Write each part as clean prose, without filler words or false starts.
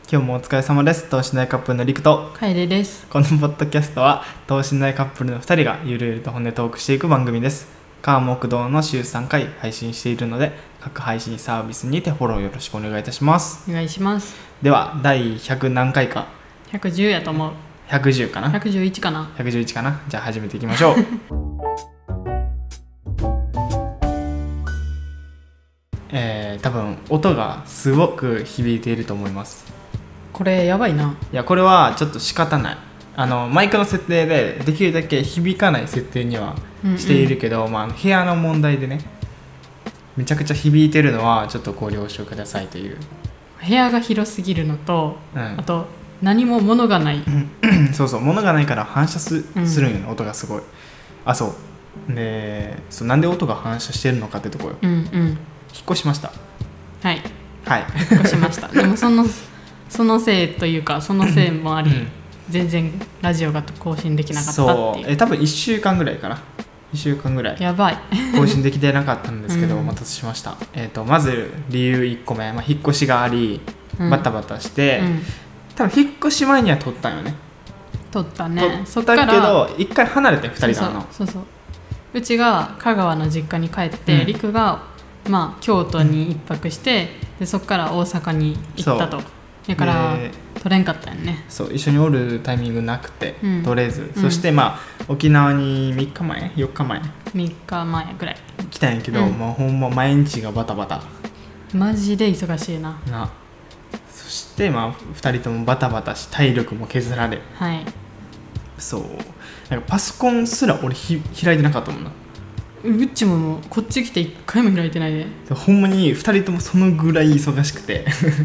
今日もお疲れ様です。等身大カップルのリクと楓です。 このポッドキャストは等身大カップルの2人がゆるゆると本音トークしていく番組です。川木道の週3回配信しているので、各配信サービスにてフォローよろしくお願いいたします。 お願いします。 では第100何回か、 110やと思う。 110かな、 111かな、 111かな。じゃあ始めていきましょう多分音がすごく響いていると思います。 これやばいな。 いや、これはちょっと仕方ない。マイクの設定でできるだけ響かない設定にはしているけど、部屋の問題でね、めちゃくちゃ響いてるのはちょっとご了承くださいという。 部屋が広すぎるのと、 あと何も物がないそうそう、物がないから反射するんよね、音がすごい。そうで、なんで音が反射してるのかってところ、引っ越しました。 はい、 引っ越しましたでもそのせいというか、そのせいもあり、全然ラジオが更新できなかったっていう。 多分1週間ぐらいかな。1週間ぐらいやばい更新できてなかったんですけど、お待たせしました。まず理由1個目、引っ越しがありバタバタして、多分引っ越し前には撮ったんよね。 撮ったね。 撮ったけど1回離れて2人がそううちが香川の実家に帰って、リクが京都に一泊して、でそこから大阪に行ったと。だから取れんかったよね。 そう、一緒におるタイミングなくて、取れず、そして沖縄に3日前4日前 3日前ぐらい来たんやけど、もうほんま毎日がバタバタ、 マジで忙しいな。 そして2人ともバタバタし、体力も削られ、そうなんかパソコンすら俺開いてなかったもんな。 うちもこっち来て1回も開いてないで。 ほんまに2人ともそのぐらい忙しくて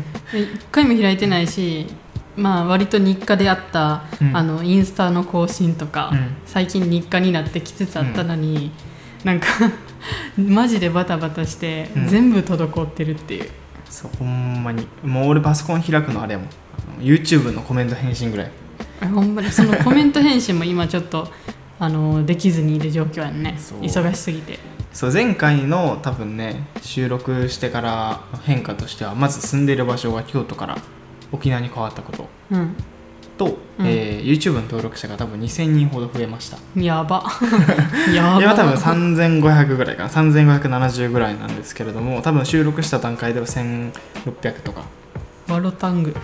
1回も開いてないし、割と日課であった、インスタの更新とか、最近日課になってきつつあったのに、なんかマジでバタバタして、全部滞ってるっていう。 そう、ほんまにもう俺パソコン開くのあれやもん、YouTube のコメント返信ぐらい。 ほんまにそのコメント返信も今ちょっとできずにいる状況やんね。忙しすぎて。 そう、前回の多分ね、収録してからの変化としては、まず住んでいる場所が京都から沖縄に変わったこと、と、YouTube の登録者が多分2000人ほど増えました。 やば今多分3500ぐらいかな、3570ぐらいなんですけれども、多分収録した段階では1600とか。 ワロタング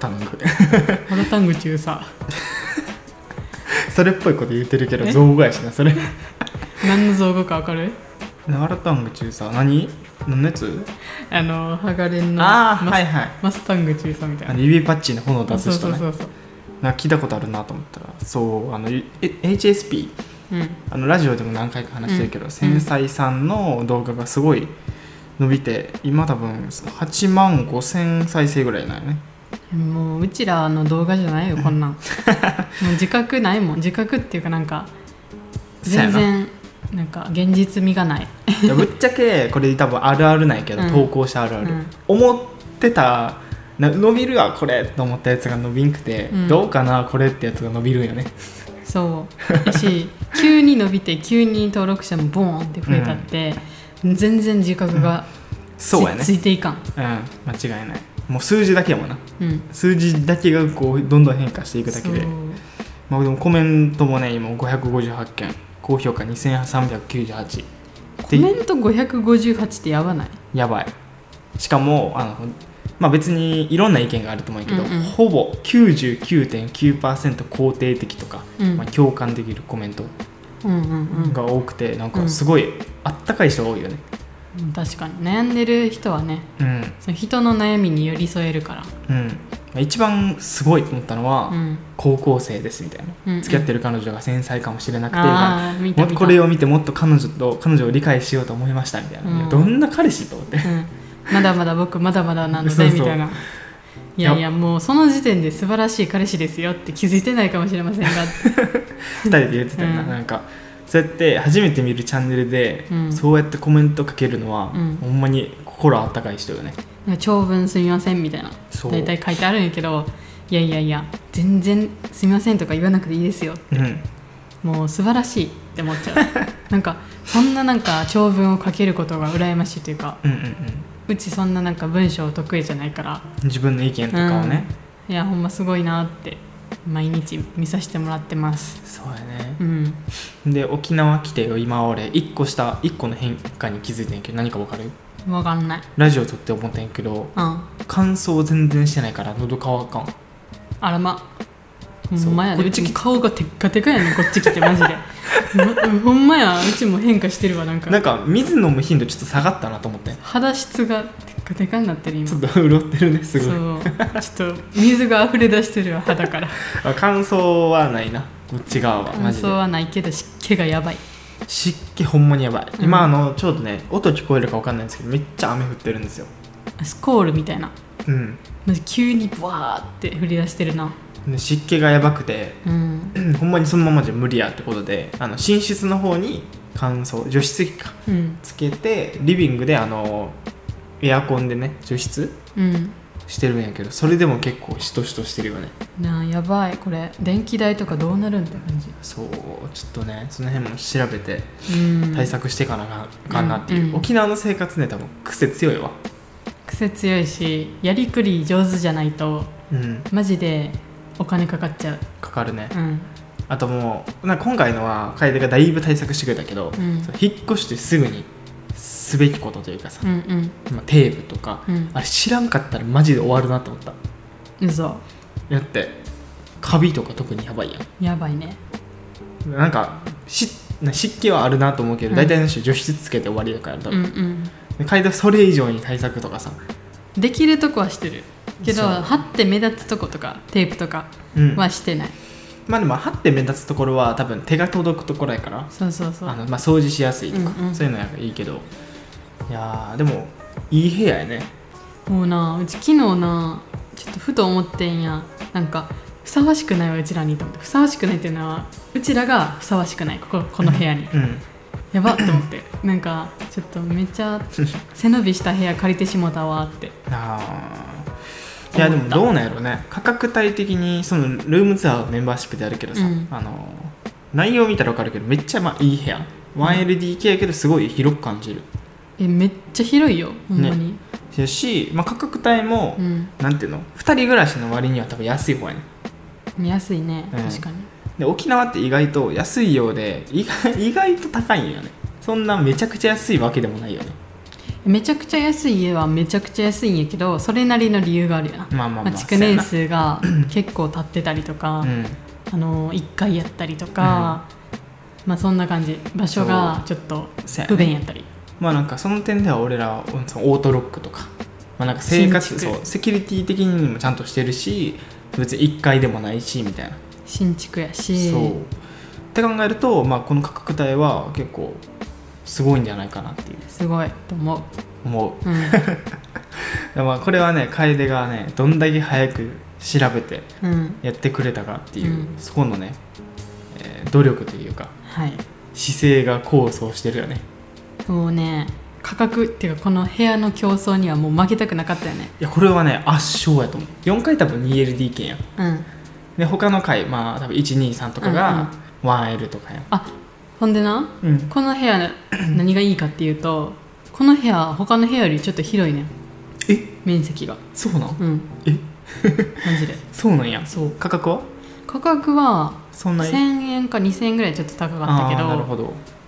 中さそれっぽいこと言ってるけど造語やしな、それ何の造語か分かる？ ワラタング中さ、何のやつ？ ハガレンのマスタング中さみたいな、 指パッチンの炎出す人ね。 そうなんか聞いたことあるなと思ったら、そう、HSP、ラジオでも何回か話してるけど、繊細さんの動画がすごい伸びて、今多分8万5000再生ぐらいなんよね。 もううちらの動画じゃないよこんなんもう自覚ないもん。自覚っていうか、なんか全然なんか現実味がない。 いやぶっちゃけこれ多分あるあるないけど、投稿者あるある、思ってた伸びるわこれと思ったやつが伸びんくて、どうかなこれってやつが伸びるんよね。 そうし急に伸びて、急に登録者もボーンって増えたって、全然自覚がついていかん。 間違いない。もう数字だけやもんな、数字だけがこうどんどん変化していくだけで。でもコメントもね、今558件、高評価2398。 コメント558ってやばない？ やばい。しかも別にいろんな意見があると思うけど、ほぼ 99.9% 肯定的とか、共感できるコメントが多くて、なんかすごいあったかい人が多いよね。 確かに悩んでる人はね、その人の悩みに寄り添えるから、 一番すごいと思ったのは、高校生ですみたいな、付き合ってる彼女が繊細かもしれなくて、これを見てもっと彼女を理解しようと思いましたみたいな、どんな彼氏と思って、 まだまだ僕まだまだなのでみたいな。いやもうその時点で素晴らしい彼氏ですよって気づいてないかもしれませんが 2人で言ってたよな。なんかそうやって初めて見るチャンネルで、そうやってコメントかけるのは、ほんまに心あったかい人よね。 長文すみませんみたいな大体書いてあるんやけど、いや全然すみませんとか言わなくていいですよって、もう素晴らしいって思っちゃうなんかそんななんか長文を書けることが羨ましいというか、うちそんななんか文章得意じゃないから、 自分の意見とかをね、 いやほんますごいなって毎日見させてもらってます。 そうやね、で沖縄来て今俺1個の変化に気づいてんけど、何か分かる？ 分かんない。 ラジオ撮って思ってんけど、乾燥全然してないから喉乾かん。 あらま、ほんまやね。うち顔がテッカテカやねんこっち来てマジでほんまや、うちも変化してるわ。なんか水飲む頻度ちょっと下がったなと思って。 肌質がテッカテカになってる今。 ちょっと潤ってるね、すごい。 そうちょっと水が溢れ出してるわ肌から乾燥はないなこっち側は。マジで乾燥はないけど湿気がやばい。 湿気ほんまにやばい、今ちょうどね音聞こえるか分かんないんですけど、めっちゃ雨降ってるんですよ。 スコールみたいな。マジ急にブワーって降り出してるな。 湿気がやばくて、ほんまにそのままじゃ無理やってことで、寝室の方に除湿機か、つけてリビングでエアコンでね除湿、してるんやけど、それでも結構シトシトしてるよね。 なあやばい、これ電気代とかどうなるんって感じ。 そうちょっとねその辺も調べて対策していかなあかんなっていう、沖縄の生活ね多分癖強いわ。 癖強いしやりくり上手じゃないと、マジでお金かかっちゃう。 かかるね、あともう今回のは楓がだいぶ対策してくれたけど、引っ越してすぐにすべきことというかさ、テープとか、あれ知らんかったらマジで終わるなと思った。 嘘。 だってカビとか特にやばいやん。 やばいね。 湿気はあるなと思うけど、大体の人除湿つけて終わりだから多分、楓はそれ以上に対策とかさできるとこはしてるけど、貼って目立つとことかテープとかはしてない、 でも貼って目立つところは多分手が届くところやから、 そう掃除しやすいとか、そういうのやいいけど、いやでもいい部屋やね。 もうな、うち昨日なちょっとふと思ってんや、なんかふさわしくないわうちらにと思って。ふさわしくないっていうのはうちらがふさわしくない、この部屋に、やばっと思ってなんかちょっとめっちゃ背伸びした部屋借りてしもたわって。 いやでもどうなんやろね、価格帯的にそのルームツアーメンバーシップであるけどさ、内容見たら分かるけどめっちゃいい部屋 1LDK やけどすごい広く感じる。 めっちゃ広いよほんまに、 やし、価格帯も、なんていうの2人暮らしの割には多分安い方やね。 安いね、確かに。 で沖縄って意外と安いようで意外と高いんよね。そんなめちゃくちゃ安いわけでもないよね。 めちゃくちゃ安い家はめちゃくちゃ安いんやけど、それなりの理由があるよな。築年数が結構経ってたりとか、1階やったりとか、そんな感じ。場所がちょっと不便やったり、 なんかその点では俺らはオートロックとか、なんか生活セキュリティ的にもちゃんとしてるし、別に1階でもないしみたいな新築やし、 そうって考えると、この価格帯は結構すごいんじゃないかなっていう。 すごいと思う、 これはね楓がねどんだけ早く調べてやってくれたかっていう、そこのね、努力というか、姿勢が功を奏してるよね。 もうね価格っていうかこの部屋の競争にはもう負けたくなかったよね。 いやこれはね圧勝やと思う。4階多分 2LDK やん、で他の階多分123とかが 1L とかやん、 ほんでな、この部屋何がいいかっていうと、この部屋他の部屋よりちょっと広いねん。面積が。 そうなん？ マジでそうなんや。 そう。 価格はそんな 1000円か2000円ぐらいちょっと高かったけど、 なるほど。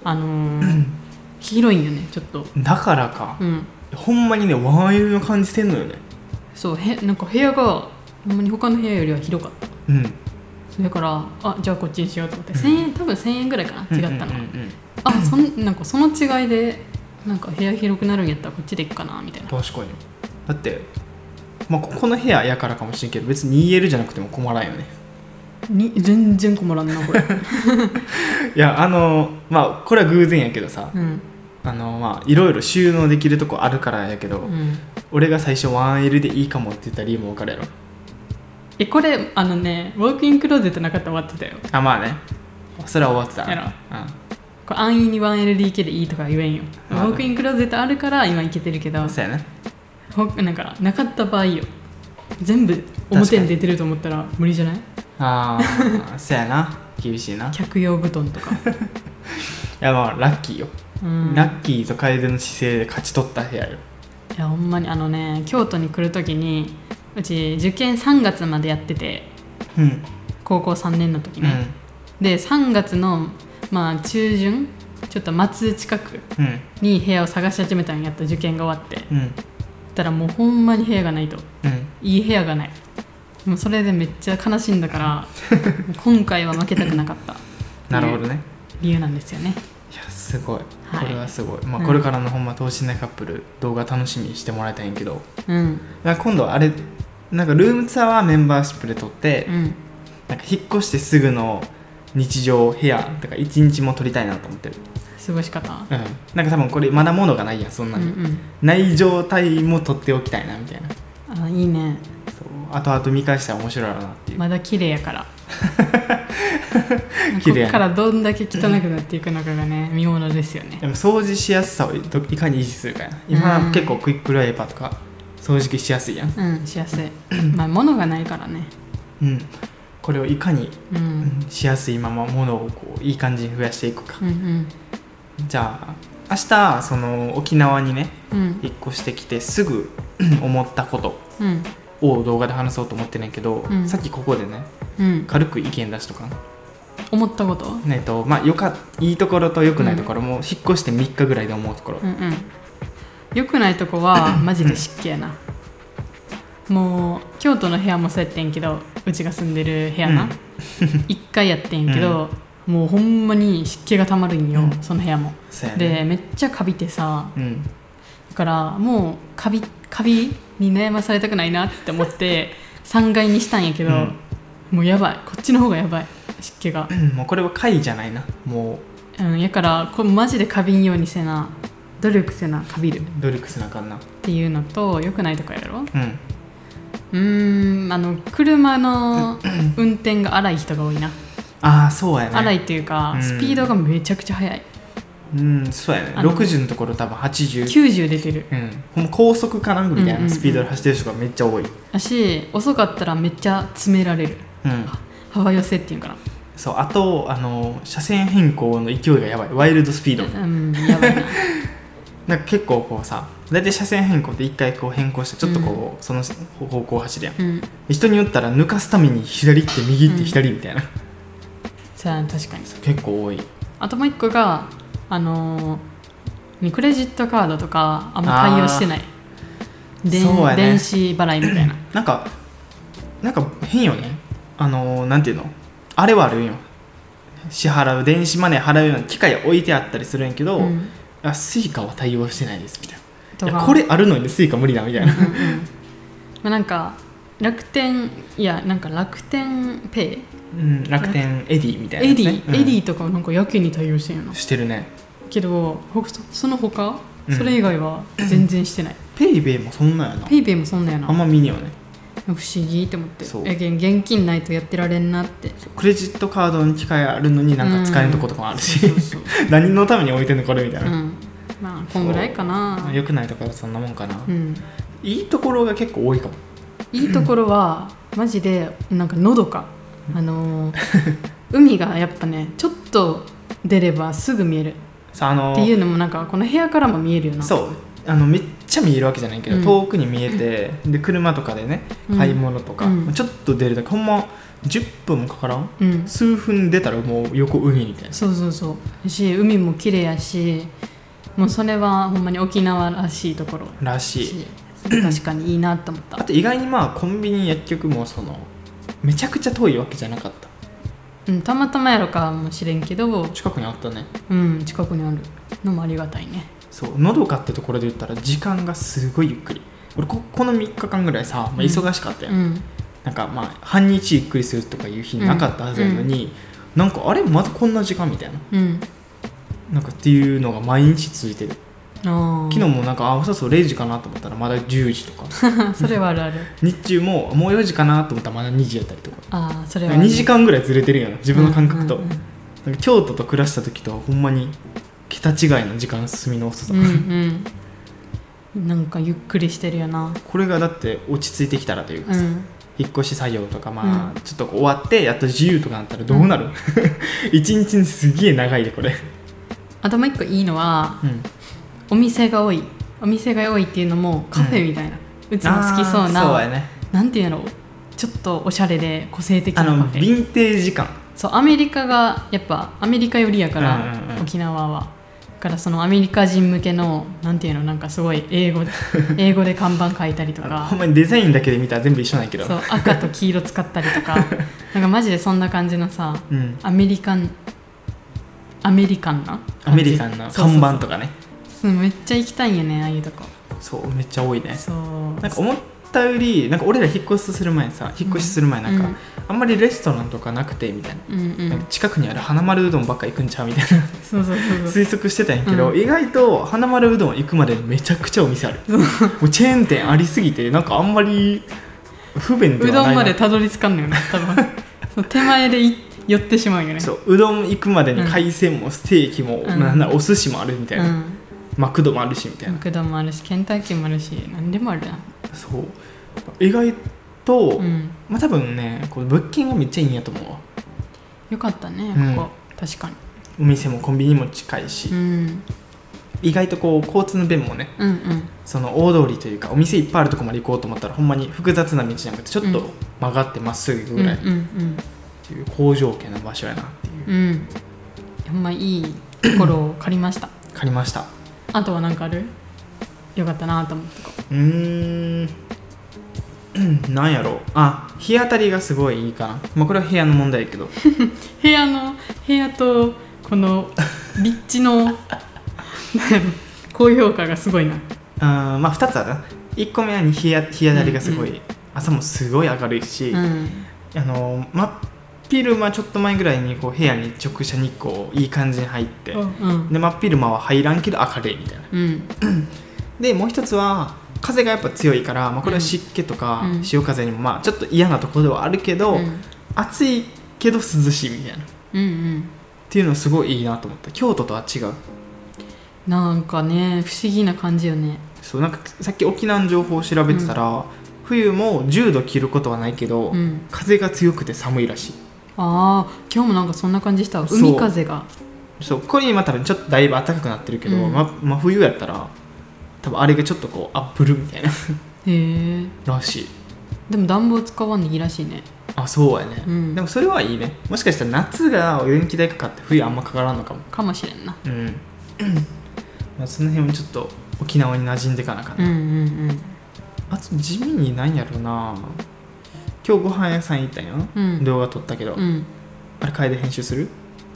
広いんよねちょっと。だからか、ほんまにね 1L の感じしてんのよね。 そうなんか部屋がほんまに他の部屋よりは広かった。だからじゃあこっちにしようと思って、1000円多分1000円ぐらいかな違ったの。なんかその違いでなんか部屋広くなるんやったらこっちでいくかなみたいな。 確かに。だってここの部屋やからかもしれんけど、別に 2L じゃなくても困らんよね。 全然困らんなこれいやこれは偶然やけどさ、いろいろ収納できるとこあるからやけど、俺が最初 1L でいいかもって言った理由も分かるやろ。 これウォークインクローゼットなかったら終わってたよ。 それは終わってたやろ。これ安易に 1LDK でいいとか言えんよ。ウォークインクローゼットあるから今いけてるけど、 そうやね。 なんかなかった場合よ、全部表に出てると思ったら無理じゃない？ そうやな。厳しいな。 客用布団とか。いやラッキーよ、ラッキーと楓の姿勢で勝ち取った部屋よ。 いやほんまに京都に来るときにうち受験3月までやってて、 うん、 高校3年の時ね、で3月のまあ中旬ちょっと末近くに部屋を探し始めたんやった。受験が終わって、たらもうほんまに部屋がないと、いい部屋がない。もうそれでめっちゃ悲しんだから今回は負けたくなかったなるほどね、 理由なんですよね。 いやすごい、これはすごい、まあ、これからのほんま等身大カップル動画楽しみにしてもらいたいんやけど、今度はあれなんかルームツアーはメンバーシップで撮って、なんか引っ越してすぐの日常部屋とか1日も撮りたいなと思ってる。 過ごし方、 なんか多分これまだ物がないやんそんなに、ない状態も撮っておきたいなみたいな。 あいいね。 そう後々見返したら面白いなっていう。 まだ綺麗やからこっからどんだけ汚くなっていくのかがね見ものですよね。 でも掃除しやすさをいかに維持するかやな。今、結構クイックルワイパーとか掃除機しやすいやん。 しやすいまあ物がないからね。 これをいかに、しやすいまま物をこういい感じに増やしていくか。じゃあ明日その沖縄にね、引っ越してきてすぐ思ったことを動画で話そうと思ってないけど、さっきここでね、軽く意見出しとかな。 思ったことまあいいところと良くないところも引っ越して3日ぐらいで思うところ。 良くないとこはマジで湿気やな。もう京都の部屋もそうやってんけど、うちが住んでる部屋な、1回やってんけど、もうほんまに湿気がたまるんよ、その部屋も。でめっちゃカビてさ、だからもうカビに悩まされたくないなって思って3階にしたんやけど、もうやばい、こっちの方がやばい湿気が。 もうこれは怪じゃないなもう。やからこれマジでカビんようにせな、努力せなカビる。 努力せなあかんなっていうのと、良くないとこやろ。車の運転が荒い人が多いな。 そうやね。 荒いっていうか、スピードがめちゃくちゃ速い。 そうやね。60のところ多分80、 90出てる。 ほんま高速かなんかみたいなスピードで走ってる人がめっちゃ多い。 遅かったらめっちゃ詰められる。幅寄せっていうかな。 そう、あと車線変更の勢いがやばい。ワイルドスピード。 やばいな。 なんか結構こうさ、大体車線変更って一回こう変更してちょっとこう、その方向走るやん、人によったら抜かすために左って右って左みたいな、 さあ確かに結構多い。 あともう一個がクレジットカードとかあんま対応してない。 そうやね、 電子払いみたいななんか変よね。なんていうの、あれはあるんよ、支払う電子マネー払うような機械置いてあったりするんやけど、スイカは対応してないですみたいな。いやこれあるのにスイカ無理だみたいな。 なんか楽天ペイ、 楽天エディみたいなやつね。エディとかなんかやけに対応してんの。 してるね。 けどその他、それ以外は全然してない。 ペイベイもそんなんやな。 ペイベイもそんなんやな。 あんま見によね。 不思議って思って。現金ないとやってられんなって。 クレジットカードの機械あるのになんか使えんとことかもあるし、何のために置いてんのこれみたいな。 まあこんぐらいかな。 良くないところはそんなもんかな。いいところが結構多いかも。 いいところはマジでなんかのどか。海がやっぱねちょっと出ればすぐ見える。っていうのもなんかこの部屋からも見えるよな。 そうめっちゃ見えるわけじゃないけど、遠くに見えて、で車とかでね買い物とか、ちょっと出るだけほんま10分もかからん、数分出たらもう横海みたいな。 そうし海も綺麗やし、もうそれはほんまに沖縄らしいところらしい。 確かにいいなと思った。 あと意外にコンビニ薬局もめちゃくちゃ遠いわけじゃなかった。 たまたまやろかもしれんけど近くにあったね。 近くにあるのもありがたいね。 そうのどかってところで言ったら時間がすごいゆっくり。俺この3日間ぐらいさ、忙しかったやん、なんか半日ゆっくりするとかいう日なかったはずやのに、なんかあれまたこんな時間みたいな、なんかっていうのが毎日続いてる。昨日もなんかそうそう0時かなと思ったらまだ10時とかそれはあるある。 日中もう4時かなと思ったらまだ2時やったりとか。 それはある。 2時間ぐらいずれてるよな自分の感覚と。なんか京都と暮らした時とはほんまに桁違いの時間進みの遅さ。 なんかゆっくりしてるよな。 これがだって落ち着いてきたらというかさ、引っ越し作業とかちょっと終わってやっと自由とかなったらどうなる、一日にすげえ長いでこれ。 あともう一個いいのは、お店が多いっていうのもカフェみたいな、うちの好きそうななんていうの、ちょっとおしゃれで個性的なカフェ、 ヴィンテージ感。 そう、アメリカがやっぱアメリカ寄りやから、沖縄はだからそのアメリカ人向けのなんていうの、なんかすごい英語で看板書いたりとかほんまにデザインだけで見たら全部一緒なんやけど、 そう赤と黄色使ったりとかなんかマジでそんな感じのさ、アメリカンな看板とかね。 そうめっちゃ行きたいんよね、ああいうとこ。 そうめっちゃ多いね。 そうなんか思ったより、なんか俺ら引っ越しする前なんか、あんまりレストランとかなくてみたいな、なんか近くにある花丸うどんばっか行くんちゃうみたいな推測してたんやけど、意外と花丸うどん行くまでめちゃくちゃお店ある。もうチェーン店ありすぎて、なんかあんまり不便ではないな。 うどんまでたどり着かんのよね多分その手前で寄ってしまうよね。 そううどん行くまでに海鮮もステーキも、なんならお寿司もあるみたいな、マクドもあるしみたいな、 マクドもあるしケンタッキーもあるし何でもあるな。 そう意外と、まあ多分ねこう物件がめっちゃいいんやと思うわ。 よかったねここ、確かにお店もコンビニも近いし、意外とこう交通の便もね、その大通りというかお店いっぱいあるとこまで行こうと思ったらほんまに複雑な道じゃなくてちょっと曲がってまっすぐ行くぐらいっていう好条件な場所やなっていう、 ほんまいいところを借りました借りました。 あとは何かある？よかったなと思ったか。 なんやろう、日当たりがすごいいいかな。まあこれは部屋の問題やけど部屋とこの立地の高評価がすごいな。 まあ2つあるな。1個目は日当たりがすごい、朝もすごい明るいし、真っ昼間ちょっと前ぐらいにこう部屋に直射日光いい感じに入って、で真っ昼間は入らんけど明るいみたいな、でもう一つは風がやっぱ強いから、これは湿気とか潮風にもちょっと嫌なところではあるけど、暑いけど涼しいみたいな、っていうのすごいいいなと思った。京都とは違う。 なんかね不思議な感じよね。 そうなんかさっき沖縄の情報を調べてたら、冬も10度切ることはないけど、風が強くて寒いらしい。 今日もなんかそんな感じした。海風がそうこれ今多分ちょっとだいぶ暖かくなってるけど、真冬やったら多分あれがちょっとこうアップルみたいならしい。 でも暖房使わんでいいらしいね。 そうやね、でもそれはいいね。もしかしたら夏が電気代かかって冬あんまかからんのかもかもしれんな。 その辺もちょっと沖縄に馴染んでかなかな。あと地味になんやろうな、今日ご飯屋さん行ったんや、動画撮ったけど、あれ楓編集する？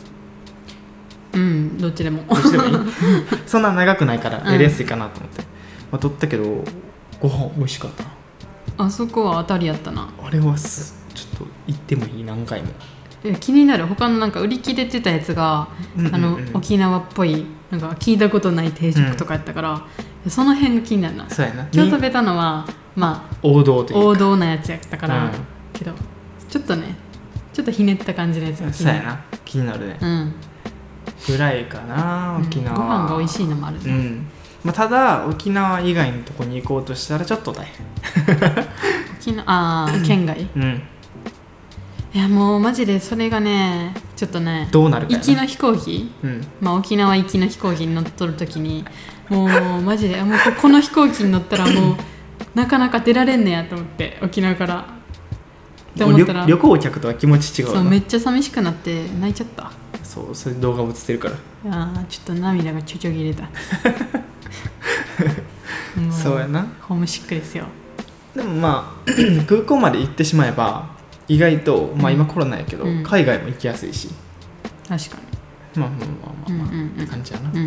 どっちでもいいそんな長くないからやりやすいかなと思って、撮ったけどご飯美味しかったな。 あそこは当たりやったな。 あれはちょっと行ってもいい、何回も。 気になる。他のなんか売り切れてたやつが、沖縄っぽいなんか聞いたことない定食とかやったから、その辺が気になるな。 そうやな。 今日食べたのは王道というか王道なやつやったから、けどちょっとひねった感じのやつがそうやな、気になるね。ぐらいかな、沖縄。 ご飯が美味しいのもあるね。 ただ沖縄以外のとこに行こうとしたらちょっと大変。 県外。いやもうマジでそれがねちょっとね、 どうなるかやな。 行きの飛行機、沖縄行きの飛行機に乗っとるときにもうマジでもうこの飛行機に乗ったらもうなかなか出られんねやと思って、沖縄からって思ったら旅行客とは気持ち違うな。 そうめっちゃ寂しくなって泣いちゃった。 それ動画映ってるから。 ちょっと涙がちょちょぎれたそうやな。 ホームシックですよ。 でも空港まで行ってしまえば意外と、今コロナやけど、海外も行きやすいし。 確かに感じやな。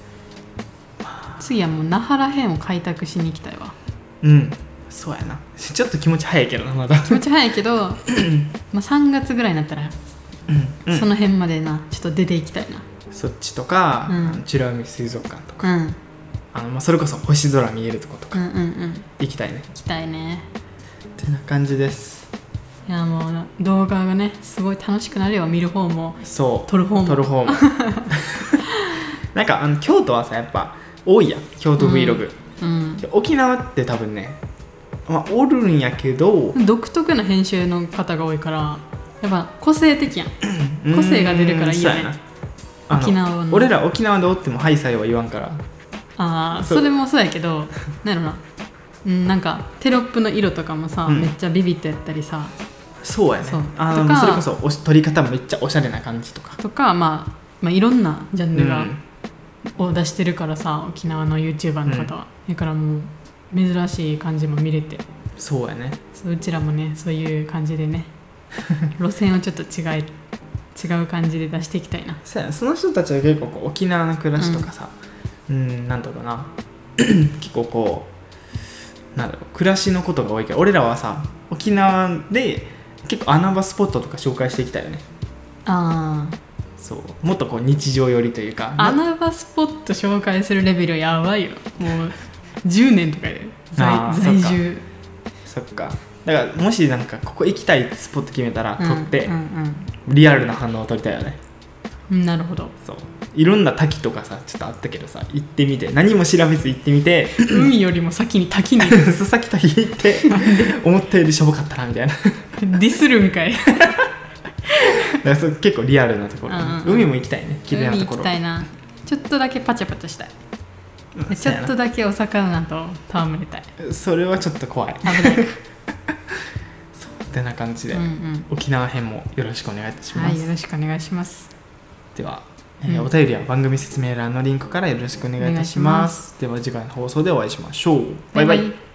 次はもう那覇らへんを開拓しに行きたいわ。 そうやな。ちょっと気持ち早いけどな、まだ気持ち早いけど3月ぐらいになったら、その辺までちょっと出ていきたいな。そっちとか、美ら海水族館とか、それこそ星空見えるとことか、行きたいね。 行きたいねってな感じです。 いやもう動画がねすごい楽しくなるよ、見る方も撮る方もなんか京都はさやっぱ多いやん、京都 Vlog、沖縄って多分ね、おるんやけど独特な編集の方が多いからやっぱ個性的やん個性が出るからいいよね。沖縄の俺ら沖縄でおってもハイサイは言わんから。 それもそうやけどなんやろな、 なんかテロップの色とかもさ、めっちゃビビッドやったりさ。 そうやね。それこそ撮り方めっちゃおしゃれな感じとかまあいろんなジャンルを出してるからさ、沖縄の YouTuber の方は、だからもう珍しい感じも見れて。 そうやね。 うちらもねそういう感じでね路線をちょっと違う感じで出していきたいな。 その人たちは結構沖縄の暮らしとかさ、なんだろうな結構こうなんだろう暮らしのことが多いけど、俺らはさ沖縄で結構穴場スポットとか紹介していきたいよね。そうもっとこう日常寄りというか、 穴場スポット紹介するレベルやばいよ。もう10年とかで在住。 そっか。だからもしなんかここ行きたいスポット決めたら撮って、リアルな反応を撮りたいよね。 なるほど。 そういろんな滝とかさちょっとあったけどさ、行ってみて何も調べず行ってみて海よりも先に滝に先滝行って思ったよりしょぼかったなみたいなディスるんかいだからそれ結構リアルなところ、海も行きたいね。綺麗なところ。海行きたいな。 ちょっとだけパチャパチャしたい。ちょっとだけお魚と戯れたい。 それはちょっと怖い。 危ないそうってな感じで、沖縄編もよろしくお願いいたします。 よろしくお願いします。 では、お便りは番組説明欄のリンクからよろしくお願いいたします。では次回の放送でお会いしましょう。バイバイ。